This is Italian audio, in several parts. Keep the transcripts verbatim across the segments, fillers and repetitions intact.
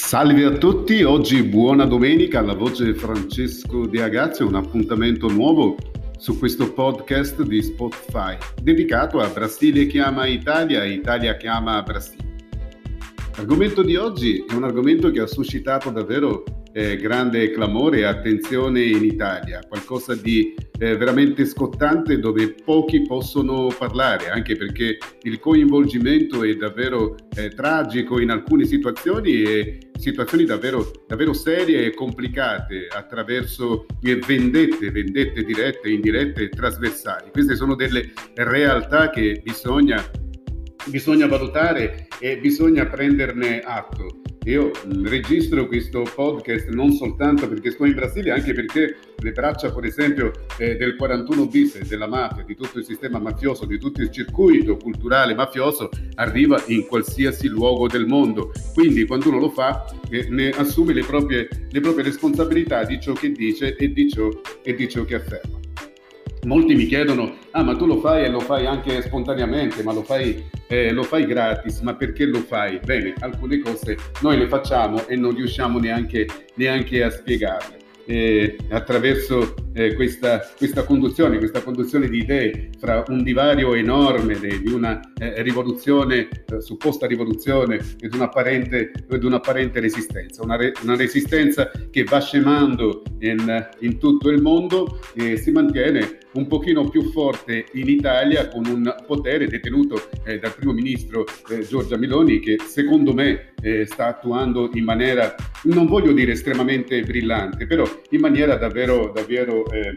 Salve a tutti, oggi buona domenica, alla voce Francesco De Agazio, un appuntamento nuovo su questo podcast di Spotify dedicato a Brasile chiama Italia e Italia chiama Brasile. L'argomento di oggi è un argomento che ha suscitato davvero eh, grande clamore e attenzione in Italia, qualcosa di eh, veramente scottante dove pochi possono parlare, anche perché il coinvolgimento è davvero eh, tragico in alcune situazioni e situazioni davvero, davvero serie e complicate attraverso vendette, vendette dirette, indirette e trasversali. Queste sono delle realtà che bisogna, bisogna valutare e bisogna prenderne atto. Io registro questo podcast non soltanto perché sto in Brasile, anche perché le braccia, per esempio, eh, del quarantuno bis, della mafia, di tutto il sistema mafioso, di tutto il circuito culturale mafioso, arriva in qualsiasi luogo del mondo. Quindi quando uno lo fa, eh, ne assume le proprie, le proprie responsabilità di ciò che dice e di ciò, e di ciò che afferma. Molti mi chiedono, ah ma tu lo fai e lo fai anche spontaneamente, ma lo fai, eh, lo fai gratis, ma perché lo fai? Bene, alcune cose noi le facciamo e non riusciamo neanche, neanche a spiegarle. Eh, attraverso eh, questa, questa conduzione, questa conduzione di idee fra un divario enorme de, di una eh, rivoluzione, eh, supposta rivoluzione ed un'apparente, ed un'apparente resistenza, una, re, una resistenza che va scemando in, in tutto il mondo e si mantiene un pochino più forte in Italia con un potere detenuto eh, dal primo ministro eh, Giorgia Meloni, che secondo me eh, sta attuando in maniera, non voglio dire estremamente brillante, però in maniera davvero, davvero eh,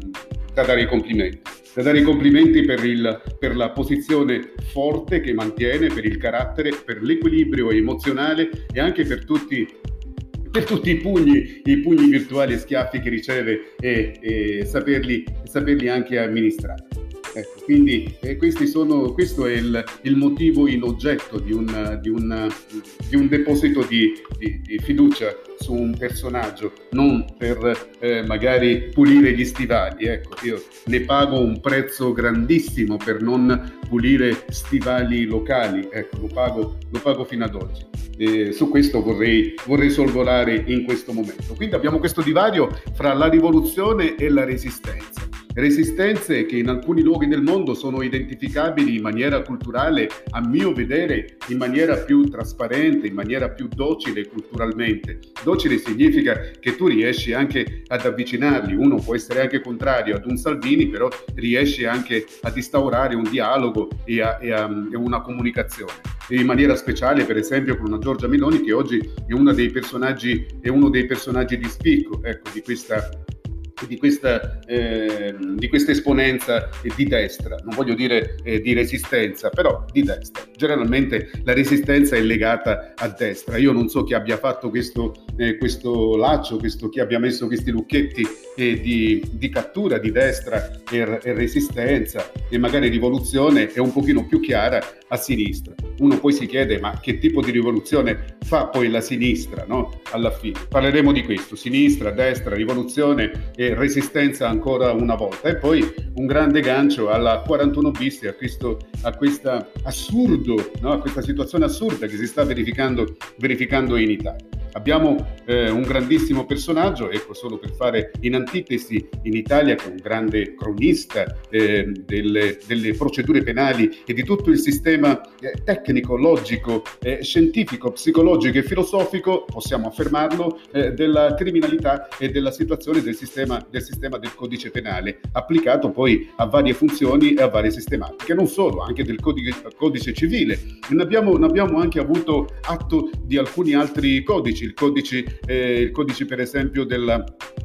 da dare i complimenti. Da dare i complimenti per, il, per la posizione forte che mantiene, per il carattere, per l'equilibrio emozionale e anche per tutti per tutti i pugni, i pugni virtuali e schiaffi che riceve e, e saperli, saperli anche amministrare. Ecco, quindi eh, questi sono, questo è il, il motivo in oggetto di un, di un, di un deposito di, di, di fiducia su un personaggio, non per eh, magari pulire gli stivali. Ecco, io ne pago un prezzo grandissimo per non pulire stivali locali, ecco, lo pago, lo pago fino ad oggi. Eh, su questo vorrei, vorrei sorvolare in questo momento. Quindi abbiamo questo divario fra la rivoluzione e la resistenza. Resistenze che in alcuni luoghi del mondo sono identificabili in maniera culturale, a mio vedere, in maniera più trasparente, in maniera più docile culturalmente. Docile significa che tu riesci anche ad avvicinarli, uno può essere anche contrario ad un Salvini, però riesci anche ad instaurare un dialogo e, a, e, a, e una comunicazione. E in maniera speciale, per esempio, con una Giorgia Meloni che oggi è uno dei personaggi, è uno dei personaggi di spicco, ecco, di questa di questa, eh, di questa esponenza di destra, non voglio dire eh, di resistenza, però di destra. Generalmente la resistenza è legata a destra. Io non so chi abbia fatto questo, eh, questo laccio, questo, chi abbia messo questi lucchetti eh, di, di cattura di destra e, e resistenza e magari rivoluzione è un pochino più chiara a sinistra. Uno poi si chiede ma che tipo di rivoluzione fa poi la sinistra, no? Alla fine parleremo di questo, sinistra, destra, rivoluzione e resistenza ancora una volta, e poi un grande gancio alla quarantuno bis, a questo a questa assurdo, no? A questa situazione assurda che si sta verificando verificando in Italia. Abbiamo eh, un grandissimo personaggio, ecco, solo per fare in antitesi, in Italia, che è un grande cronista eh, delle, delle procedure penali e di tutto il sistema eh, tecnico, logico, eh, scientifico, psicologico e filosofico, possiamo affermarlo, eh, della criminalità e della situazione del sistema, del sistema del codice penale, applicato poi a varie funzioni e a varie sistematiche, non solo, anche del codice, codice civile. Ne abbiamo, ne abbiamo anche avuto atto di alcuni altri codici, il codice, eh, il codice per esempio della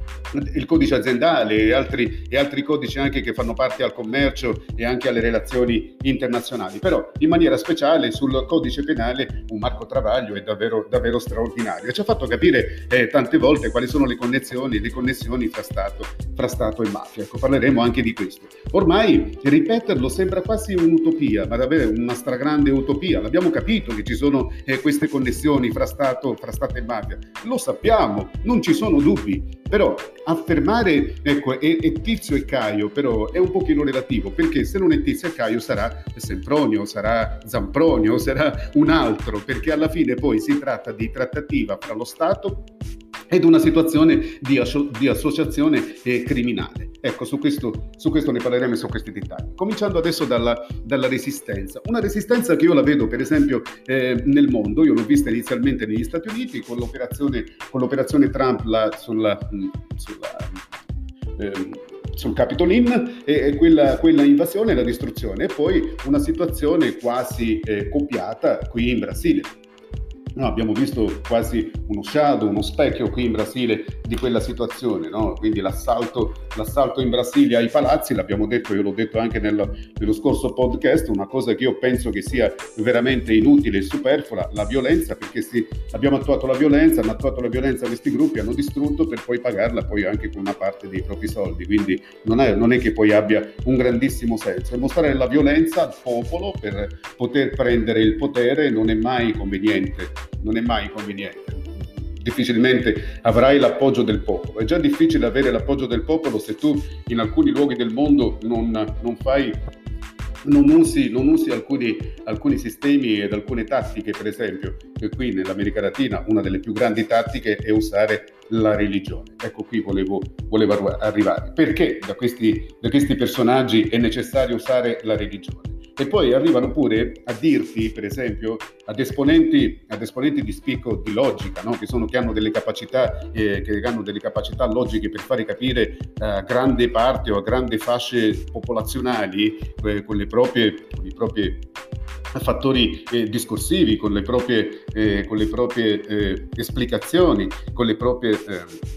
il codice aziendale e altri, e altri codici anche che fanno parte al commercio e anche alle relazioni internazionali. Però in maniera speciale sul codice penale un Marco Travaglio è davvero, davvero straordinario. Ci ha fatto capire eh, tante volte quali sono le connessioni, le connessioni fra Stato, fra Stato e mafia. Ecco, parleremo anche di questo. Ormai ripeterlo sembra quasi un'utopia, ma davvero una stragrande utopia. L'abbiamo capito che ci sono eh, queste connessioni fra Stato, fra Stato e mafia. Lo sappiamo, non ci sono dubbi. Però affermare, ecco, è, è Tizio e Caio, però è un pochino relativo, perché se non è Tizio e Caio sarà Sempronio, sarà Zampronio, sarà un altro, perché alla fine poi si tratta di trattativa fra lo Stato ed una situazione di, asso- di associazione eh, criminale. Ecco, su questo, su questo ne parleremo, su questi dettagli. Cominciando adesso dalla, dalla resistenza. Una resistenza che io la vedo, per esempio, eh, nel mondo. Io l'ho vista inizialmente negli Stati Uniti con l'operazione, con l'operazione Trump la, sulla... sulla ehm, sul Capitol Inn e, e quella, quella invasione e la distruzione, e poi una situazione quasi eh, copiata qui in Brasile. No, abbiamo visto quasi uno shadow, uno specchio qui in Brasile di quella situazione, no? Quindi l'assalto, l'assalto in Brasile ai palazzi, l'abbiamo detto, io l'ho detto anche nello, nello scorso podcast, una cosa che io penso che sia veramente inutile e superflua, la violenza, perché sì, abbiamo attuato la violenza, hanno attuato la violenza questi gruppi, hanno distrutto per poi pagarla poi anche con una parte dei propri soldi, quindi non è, non è che poi abbia un grandissimo senso. E mostrare la violenza al popolo per poter prendere il potere non è mai conveniente. Non è mai conveniente. Difficilmente avrai l'appoggio del popolo. È già difficile avere l'appoggio del popolo se tu in alcuni luoghi del mondo non, non fai, non usi, non usi alcuni, alcuni sistemi ed alcune tattiche, per esempio, che qui nell'America Latina una delle più grandi tattiche è usare la religione. Ecco, qui volevo, volevo arrivare. Perché da questi, da questi personaggi è necessario usare la religione? E poi arrivano pure a dirti, per esempio, ad esponenti, ad esponenti di spicco di logica, no? che, sono, che hanno delle capacità, eh, che hanno delle capacità logiche per fare capire a grande parte o a grandi fasce popolazionali eh, con le proprie, con i propri fattori eh, discorsivi, con le proprie, eh, con le proprie eh, esplicazioni, con le proprie eh,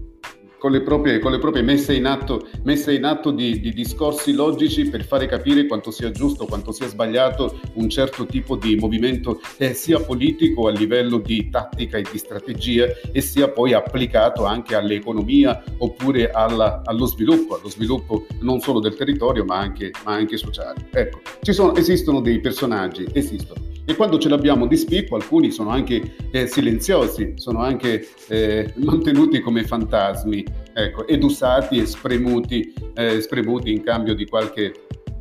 Con le, proprie, con le proprie messe in atto, messe in atto di, di discorsi logici per fare capire quanto sia giusto, quanto sia sbagliato un certo tipo di movimento, eh, sia politico a livello di tattica e di strategia, e sia poi applicato anche all'economia oppure alla, allo sviluppo, allo sviluppo non solo del territorio ma anche, ma anche sociale. Ecco, ci sono, esistono dei personaggi, esistono. E quando ce l'abbiamo di spicco, alcuni sono anche eh, silenziosi, sono anche eh, mantenuti come fantasmi, ecco, ed usati e spremuti, eh, spremuti in cambio di qualche,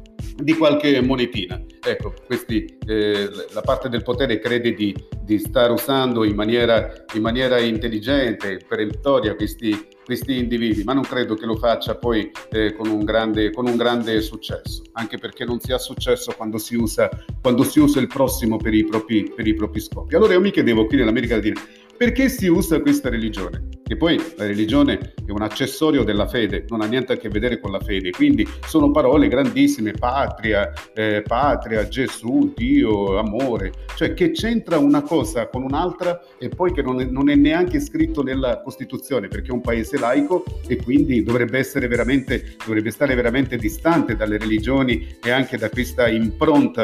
di qualche monetina. Ecco, questi, eh, la parte del potere crede di, di star usando in maniera, in maniera intelligente, perentoria questi, questi individui, ma non credo che lo faccia poi eh, con, un grande, con un grande successo, anche perché non si ha successo quando si usa, quando si usa il prossimo per i propri, per i propri scopi. Allora io mi chiedevo qui nell'America Latina, perché si usa questa religione? Che poi la religione è un accessorio della fede, non ha niente a che vedere con la fede, quindi sono parole grandissime, patria, eh, patria, Gesù, Dio, amore, cioè che c'entra una cosa con un'altra e poi che non è, non è neanche scritto nella Costituzione, perché è un paese laico e quindi dovrebbe essere veramente, dovrebbe stare veramente distante dalle religioni e anche da questa impronta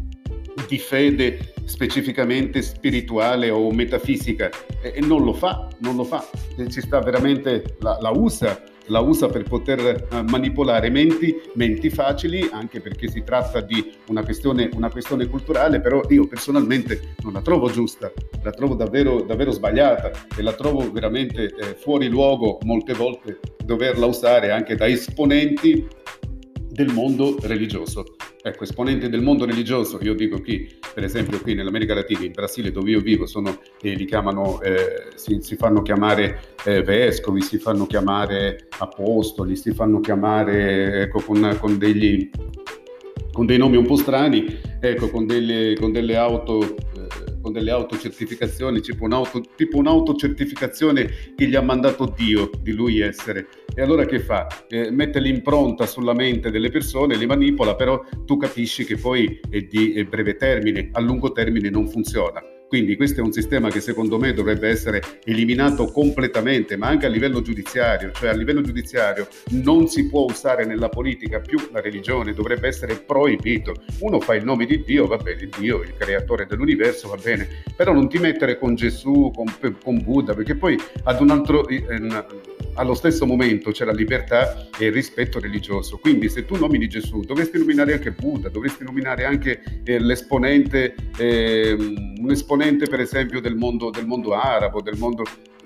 di fede specificamente spirituale o metafisica, e, e non lo fa, non lo fa, e ci sta veramente, la, la usa, la usa per poter uh, manipolare menti, menti facili, anche perché si tratta di una questione, una questione culturale, però io personalmente non la trovo giusta, la trovo davvero, davvero sbagliata e la trovo veramente eh, fuori luogo molte volte doverla usare anche da esponenti del mondo religioso. Ecco, esponenti del mondo religioso, io dico qui, per esempio qui nell'America Latina, in Brasile dove io vivo, sono, eh, li chiamano, eh, si, si fanno chiamare eh, vescovi, si fanno chiamare apostoli, si fanno chiamare, ecco, con, con degli, con dei nomi un po' strani, ecco, con delle, con delle auto... Eh, con delle autocertificazioni, tipo, un'auto, tipo un'autocertificazione che gli ha mandato Dio di lui essere. E allora che fa? Eh, mette l'impronta sulla mente delle persone, li manipola, però tu capisci che poi è di è breve termine, a lungo termine non funziona. Quindi questo è un sistema che secondo me dovrebbe essere eliminato completamente, ma anche a livello giudiziario, cioè a livello giudiziario non si può usare nella politica più la religione, dovrebbe essere proibito. Uno fa il nome di Dio, va bene, Dio, il creatore dell'universo, va bene, però non ti mettere con Gesù, con, con Buddha, perché poi ad un altro... Eh, allo stesso momento c'è la libertà e il rispetto religioso. Quindi se tu nomini Gesù dovresti nominare anche Buddha, dovresti nominare anche eh, l'esponente, eh, un esponente per esempio del mondo, del mondo arabo, del mondo,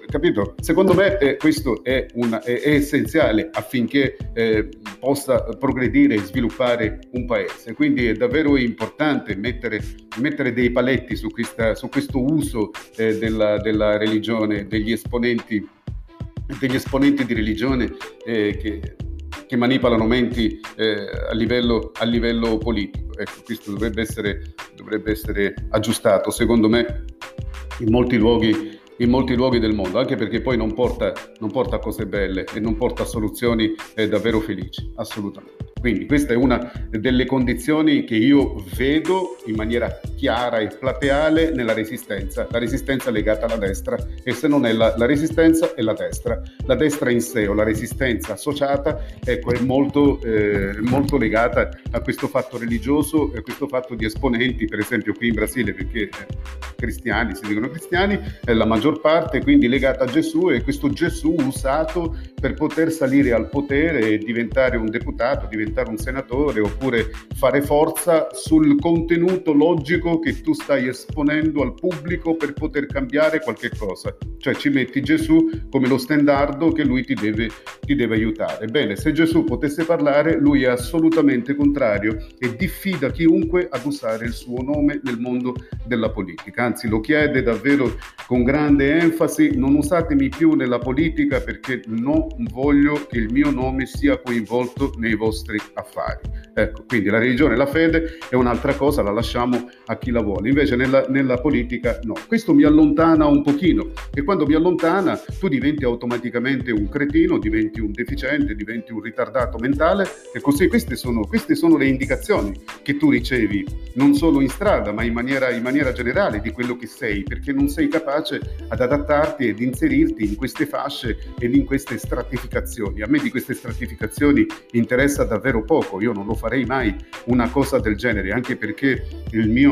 capito? Secondo me eh, questo è, una, è, è essenziale affinché eh, possa progredire e sviluppare un paese. Quindi è davvero importante mettere, mettere dei paletti su, questa, su questo uso eh, della, della religione, degli esponenti, degli esponenti di religione eh, che, che manipolano menti eh, a, livello, a livello politico. Ecco, questo dovrebbe essere, dovrebbe essere aggiustato, secondo me, in molti luoghi in molti luoghi del mondo, anche perché poi non porta, non porta a cose belle e non porta a soluzioni eh, davvero felici, assolutamente. Quindi questa è una delle condizioni che io vedo in maniera chiara e plateale nella resistenza, la resistenza legata alla destra, e se non è la, la resistenza è la destra. La destra in sé o la resistenza associata, ecco, è molto, eh, molto legata a questo fatto religioso e a questo fatto di esponenti, per esempio qui in Brasile, perché eh, cristiani, si dicono cristiani, è la maggior parte, quindi legata a Gesù, e questo Gesù usato per poter salire al potere e diventare un deputato, diventare un senatore, oppure fare forza sul contenuto logico che tu stai esponendo al pubblico per poter cambiare qualche cosa. Cioè ci metti Gesù come lo standardo che lui ti deve, ti deve aiutare. Bene, se Gesù potesse parlare, lui è assolutamente contrario e diffida chiunque ad usare il suo nome nel mondo della politica. Anzi, lo chiede davvero con grande enfasi: non usatemi più nella politica perché non voglio che il mio nome sia coinvolto nei vostri affari. Ecco, quindi la religione e la fede è un'altra cosa, la lasciamo a chi la vuole. Invece nella, nella politica no. Questo mi allontana un pochino, e quando mi allontana tu diventi automaticamente un cretino, diventi un deficiente, diventi un ritardato mentale, e così queste sono, queste sono le indicazioni che tu ricevi non solo in strada ma in maniera, in maniera generale di quello che sei, perché non sei capace ad adattarti ed inserirti in queste fasce ed in queste stratificazioni. A me di queste stratificazioni interessa davvero poco, io non lo farei mai una cosa del genere, anche perché il mio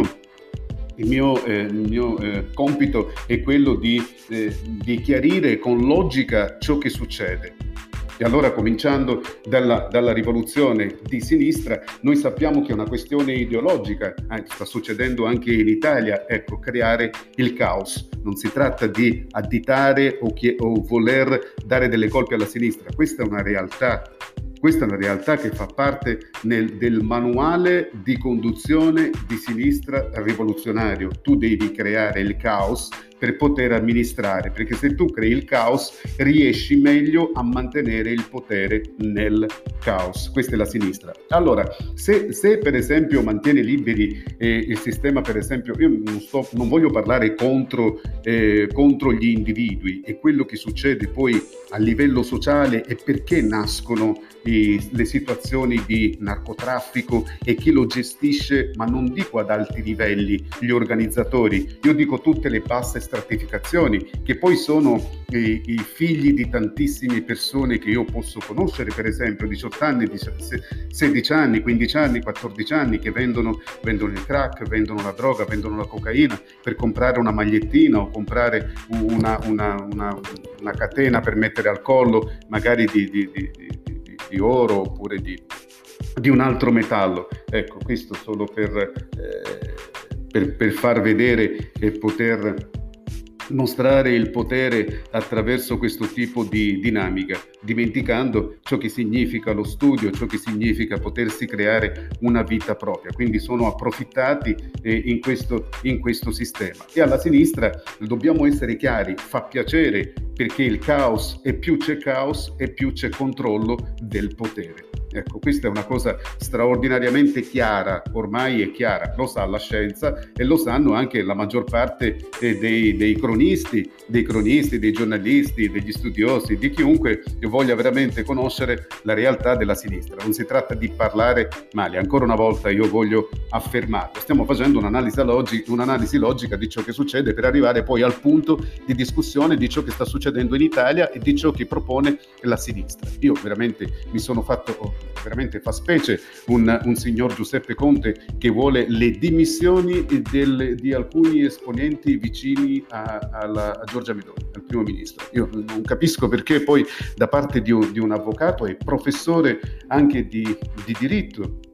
Il mio, eh, il mio eh, compito è quello di, eh, di chiarire con logica ciò che succede. E allora, cominciando dalla, dalla rivoluzione di sinistra, noi sappiamo che è una questione ideologica, eh, sta succedendo anche in Italia, ecco, creare il caos. Non si tratta di additare o, chie- o voler dare delle colpe alla sinistra, questa è una realtà. Questa è una realtà che fa parte nel, del manuale di conduzione di sinistra rivoluzionario. Tu devi creare il caos per poter amministrare, perché se tu crei il caos riesci meglio a mantenere il potere nel caos. Questa è la sinistra. Allora, se, se per esempio mantiene liberi eh, il sistema, per esempio, io non, sto, non voglio parlare contro, eh, contro gli individui e quello che succede poi a livello sociale e perché nascono i, le situazioni di narcotraffico e chi lo gestisce, ma non dico ad alti livelli, gli organizzatori, io dico tutte le basse stratificazioni che poi sono i, i figli di tantissime persone che io posso conoscere, per esempio diciotto anni, sedici anni, quindici anni, quattordici anni, che vendono, vendono il crack, vendono la droga, vendono la cocaina per comprare una magliettina o comprare una, una, una, una catena per mettere al collo magari di, di, di, di, di oro oppure di, di un altro metallo. Ecco, questo solo per, eh, per, per far vedere e poter mostrare il potere attraverso questo tipo di dinamica, dimenticando ciò che significa lo studio, ciò che significa potersi creare una vita propria. Quindi sono approfittati eh, in questo, in questo sistema. E alla sinistra dobbiamo essere chiari, fa piacere, perché il caos, e più c'è caos e più c'è controllo del potere. Ecco, questa è una cosa straordinariamente chiara, ormai è chiara, lo sa la scienza e lo sanno anche la maggior parte eh, dei, dei cronisti, dei cronisti, dei giornalisti, degli studiosi, di chiunque voglia veramente conoscere la realtà della sinistra. Non si tratta di parlare male, ancora una volta io voglio affermarlo, stiamo facendo un'analisi, logica, un'analisi logica di ciò che succede per arrivare poi al punto di discussione di ciò che sta succedendo in Italia e di ciò che propone la sinistra. Io veramente mi sono fatto... veramente fa specie un, un signor Giuseppe Conte che vuole le dimissioni del, di alcuni esponenti vicini a, alla, a Giorgia Meloni, al primo ministro. Io non capisco perché poi da parte di un, di un avvocato e professore anche di, di diritto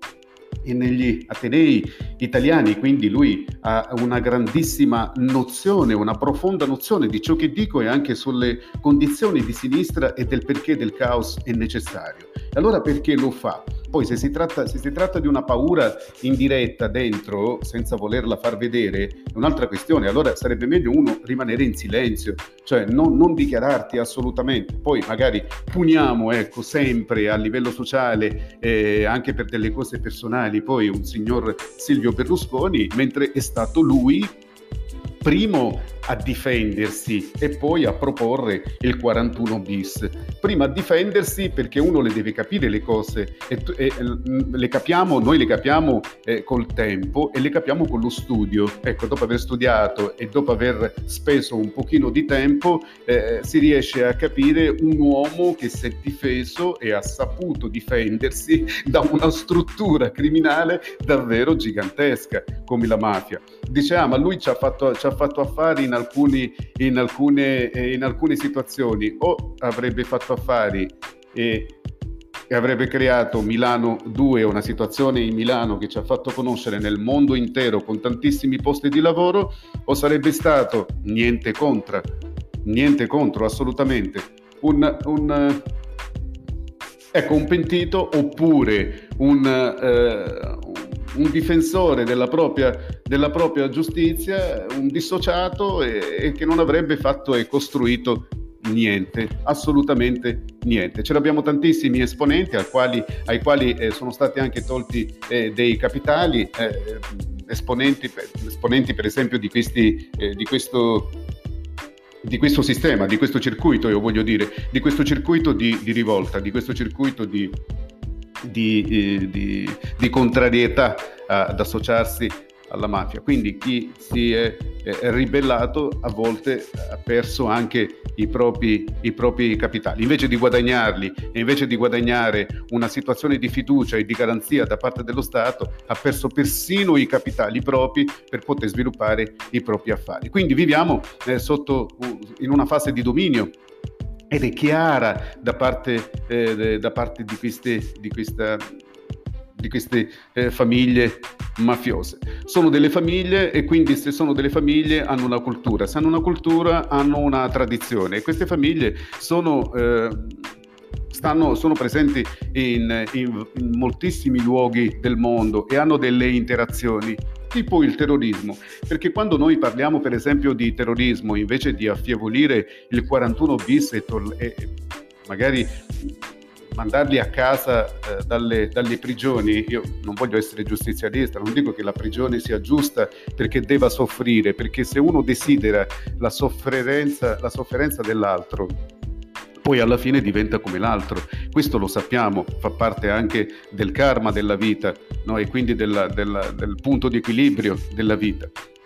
e negli atenei italiani, quindi lui ha una grandissima nozione, una profonda nozione di ciò che dico e anche sulle condizioni di sinistra e del perché del caos è necessario. Allora perché lo fa? Poi se si tratta, se si tratta di una paura indiretta dentro, senza volerla far vedere, è un'altra questione. Allora sarebbe meglio uno rimanere in silenzio, cioè non, non dichiararti assolutamente. Poi magari puniamo, ecco, sempre a livello sociale, eh, anche per delle cose personali, poi un signor Silvio Berlusconi, mentre è stato lui primo a difendersi e poi a proporre il quarantuno bis. Prima a difendersi perché uno le deve capire le cose e, e le capiamo, noi le capiamo eh, col tempo e le capiamo con lo studio. Ecco, dopo aver studiato e dopo aver speso un pochino di tempo eh, si riesce a capire un uomo che si è difeso e ha saputo difendersi da una struttura criminale davvero gigantesca come la mafia. Dice, ah, ma lui ci ha fatto, ci ha fatto affari in alcuni, in alcune, eh, in alcune situazioni, o avrebbe fatto affari e, e avrebbe creato Milano due, una situazione in Milano che ci ha fatto conoscere nel mondo intero con tantissimi posti di lavoro, o sarebbe stato niente contro, niente contro assolutamente, un, un, ecco, un pentito oppure un... Eh, un difensore della propria, della propria giustizia, un dissociato e, e che non avrebbe fatto e costruito niente, assolutamente niente. Ce l'abbiamo tantissimi esponenti ai quali, ai quali eh, sono stati anche tolti eh, dei capitali, eh, esponenti, esponenti per esempio di, questi, eh, di questo di questo sistema, di questo circuito, io voglio dire, di questo circuito di, di rivolta, di questo circuito di Di, eh, di, di contrarietà uh, ad associarsi alla mafia. Quindi chi si è, è ribellato a volte ha perso anche i propri, i propri capitali. Invece di guadagnarli e invece di guadagnare una situazione di fiducia e di garanzia da parte dello Stato, ha perso persino i capitali propri per poter sviluppare i propri affari. Quindi viviamo eh, sotto, in una fase di dominio ed è chiara da parte, eh, da parte di queste, di questa, di queste eh, famiglie mafiose. Sono delle famiglie e quindi se sono delle famiglie hanno una cultura, se hanno una cultura hanno una tradizione e queste famiglie sono... Eh, Stanno, sono presenti in, in, in moltissimi luoghi del mondo e hanno delle interazioni, tipo il terrorismo, perché quando noi parliamo per esempio di terrorismo, invece di affievolire il quarantuno bis e, tol- e magari mandarli a casa eh, dalle, dalle prigioni, io non voglio essere giustizialista, non dico che la prigione sia giusta perché debba soffrire, perché se uno desidera la sofferenza, la sofferenza dell'altro, poi alla fine diventa come l'altro. Questo lo sappiamo, fa parte anche del karma della vita, no? E quindi della, della, del punto di equilibrio della vita.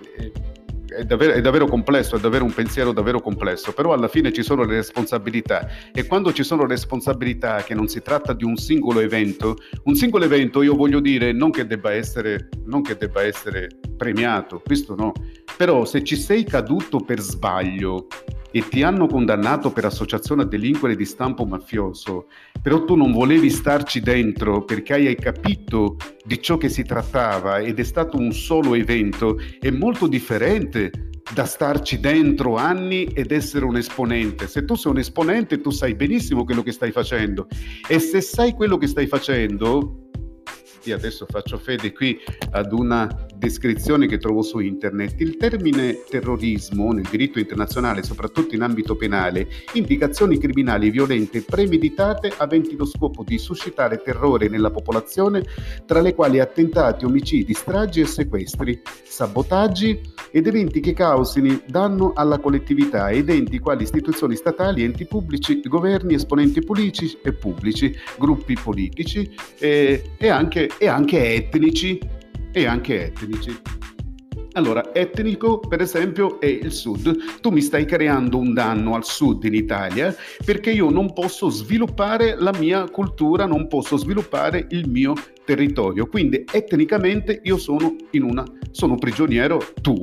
È davvero, è davvero complesso, è davvero un pensiero davvero complesso, però alla fine ci sono le responsabilità e quando ci sono responsabilità, che non si tratta di un singolo evento, un singolo evento io voglio dire non che debba essere, non che debba essere premiato, questo no, però se ci sei caduto per sbaglio e ti hanno condannato per associazione a delinquere di stampo mafioso, però tu non volevi starci dentro perché hai capito di ciò che si trattava ed è stato un solo evento, è molto differente da starci dentro anni ed essere un esponente. Se tu sei un esponente tu sai benissimo quello che stai facendo e se sai quello che stai facendo, io adesso faccio fede qui ad una descrizione che trovo su internet. Il termine terrorismo nel diritto internazionale, soprattutto in ambito penale, indica azioni criminali violente premeditate aventi lo scopo di suscitare terrore nella popolazione, tra le quali attentati, omicidi, stragi e sequestri, sabotaggi ed eventi che causino danno alla collettività ed enti quali istituzioni statali, enti pubblici, governi, esponenti politici e pubblici, gruppi politici e, e, anche, e anche etnici e anche etnici. Allora, etnico, per esempio, è il Sud. Tu mi stai creando un danno al Sud in Italia perché io non posso sviluppare la mia cultura, non posso sviluppare il mio territorio. Quindi, etnicamente, io sono in una, sono prigioniero tuo.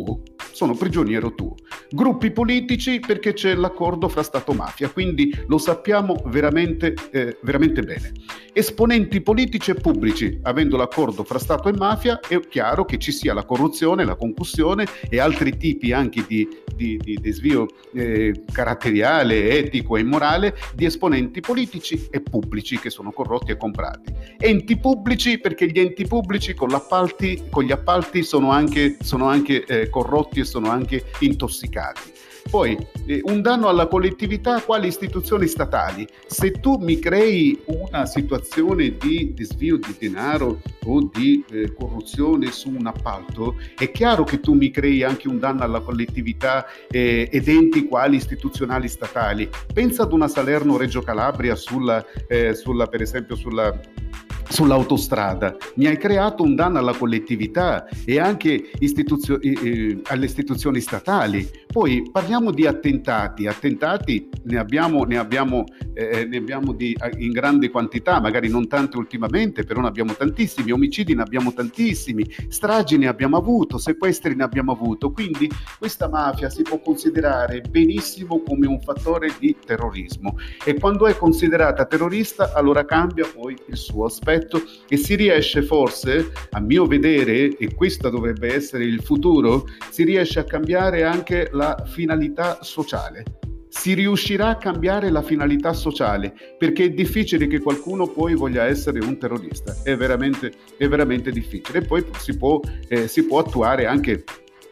sono prigioniero tuo. Gruppi politici perché c'è l'accordo fra Stato e mafia, quindi lo sappiamo veramente, eh, veramente bene. Esponenti politici e pubblici, avendo l'accordo fra Stato e mafia, è chiaro che ci sia la corruzione, la concussione e altri tipi anche di, di, di desvio eh, caratteriale, etico e morale di esponenti politici e pubblici che sono corrotti e comprati. Enti pubblici perché gli enti pubblici con, l'appalti, con gli appalti sono anche, sono anche eh, corrotti e sono anche intossicati. Poi eh, un danno alla collettività quali istituzioni statali. Se tu mi crei una situazione di desvio di denaro o di eh, corruzione su un appalto, è chiaro che tu mi crei anche un danno alla collettività eh, ed enti quali istituzionali statali. Pensa ad una Salerno-Reggio Calabria sulla, eh, sulla per esempio sulla sull'autostrada, mi hai creato un danno alla collettività e anche istituzio- eh, alle istituzioni statali. Poi parliamo di attentati, attentati ne abbiamo, ne abbiamo, eh, ne abbiamo di, in grande quantità, magari non tante ultimamente, però ne abbiamo tantissimi, omicidi ne abbiamo tantissimi, stragi ne abbiamo avuto, sequestri ne abbiamo avuto, quindi questa mafia si può considerare benissimo come un fattore di terrorismo e quando è considerata terrorista allora cambia poi il suo aspetto e si riesce forse, a mio vedere, e questo dovrebbe essere il futuro, si riesce a cambiare anche la finalità sociale. Si riuscirà a cambiare la finalità sociale perché è difficile che qualcuno poi voglia essere un terrorista, è veramente, è veramente difficile e poi si può, eh, si può attuare anche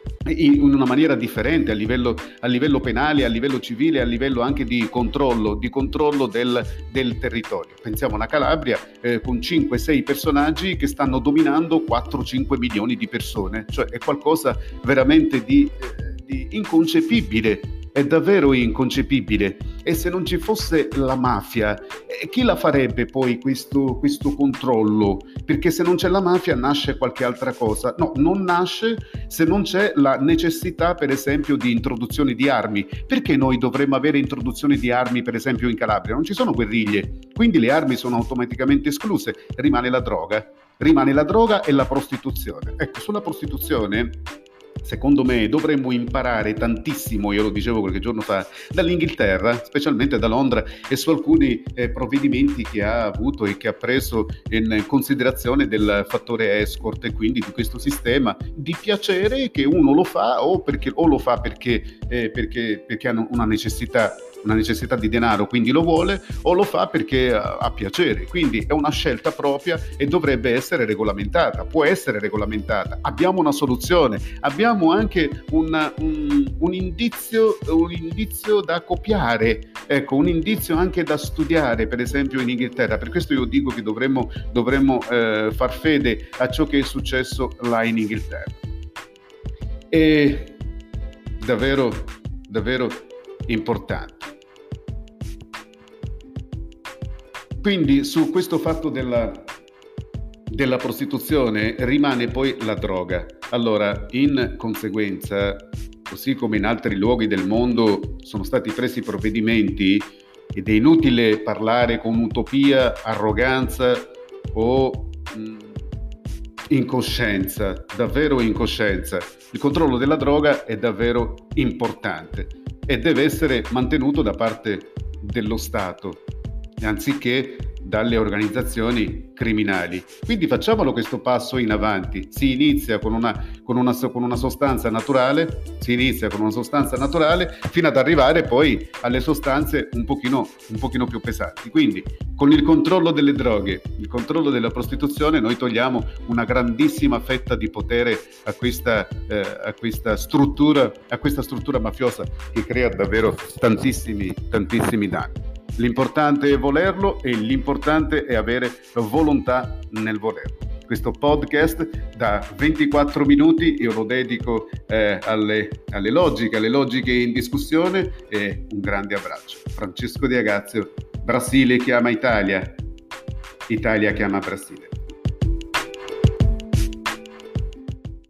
in una maniera differente a livello, a livello penale, a livello civile, a livello anche di controllo, di controllo del, del territorio. Pensiamo alla Calabria eh, con cinque sei personaggi che stanno dominando quattro cinque milioni di persone, cioè è qualcosa veramente di, eh, di inconcepibile. È davvero inconcepibile e se non ci fosse la mafia eh, chi la farebbe poi questo, questo controllo? Perché se non c'è la mafia nasce qualche altra cosa. No, non nasce se non c'è la necessità per esempio di introduzione di armi. Perché noi dovremmo avere introduzione di armi per esempio in Calabria? Non ci sono guerriglie, quindi le armi sono automaticamente escluse, rimane la droga, rimane la droga e la prostituzione. Ecco, sulla prostituzione secondo me dovremmo imparare tantissimo, io lo dicevo qualche giorno fa, dall'Inghilterra, specialmente da Londra, e su alcuni eh, provvedimenti che ha avuto e che ha preso in considerazione del fattore escort e quindi di questo sistema di piacere che uno lo fa o, perché, o lo fa perché, eh, perché, perché ha una necessità una necessità di denaro, quindi lo vuole, o lo fa perché ha piacere, quindi è una scelta propria e dovrebbe essere regolamentata, può essere regolamentata. Abbiamo una soluzione, abbiamo anche una, un, un, indizio, un indizio da copiare, ecco, un indizio anche da studiare, per esempio in Inghilterra. Per questo io dico che dovremmo, dovremmo eh, far fede a ciò che è successo là in Inghilterra. È davvero, davvero importante. Quindi su questo fatto della, della prostituzione rimane poi la droga. Allora, in conseguenza, così come in altri luoghi del mondo sono stati presi provvedimenti, ed è inutile parlare con utopia, arroganza o mh, incoscienza, davvero incoscienza. Il controllo della droga è davvero importante e deve essere mantenuto da parte dello Stato, anziché dalle organizzazioni criminali. Quindi facciamolo questo passo in avanti. Si inizia con una, con una, con una sostanza naturale, si inizia con una sostanza naturale fino ad arrivare poi alle sostanze un pochino, un pochino più pesanti. Quindi con il controllo delle droghe, il controllo della prostituzione, noi togliamo una grandissima fetta di potere a questa, eh, a questa struttura, a questa struttura mafiosa che crea davvero tantissimi, tantissimi danni. L'importante è volerlo e l'importante è avere volontà nel volerlo. Questo podcast da ventiquattro minuti io lo dedico eh, alle, alle logiche, alle logiche in discussione e un grande abbraccio. Francesco De Agazio, Brasile chiama Italia, Italia chiama Brasile.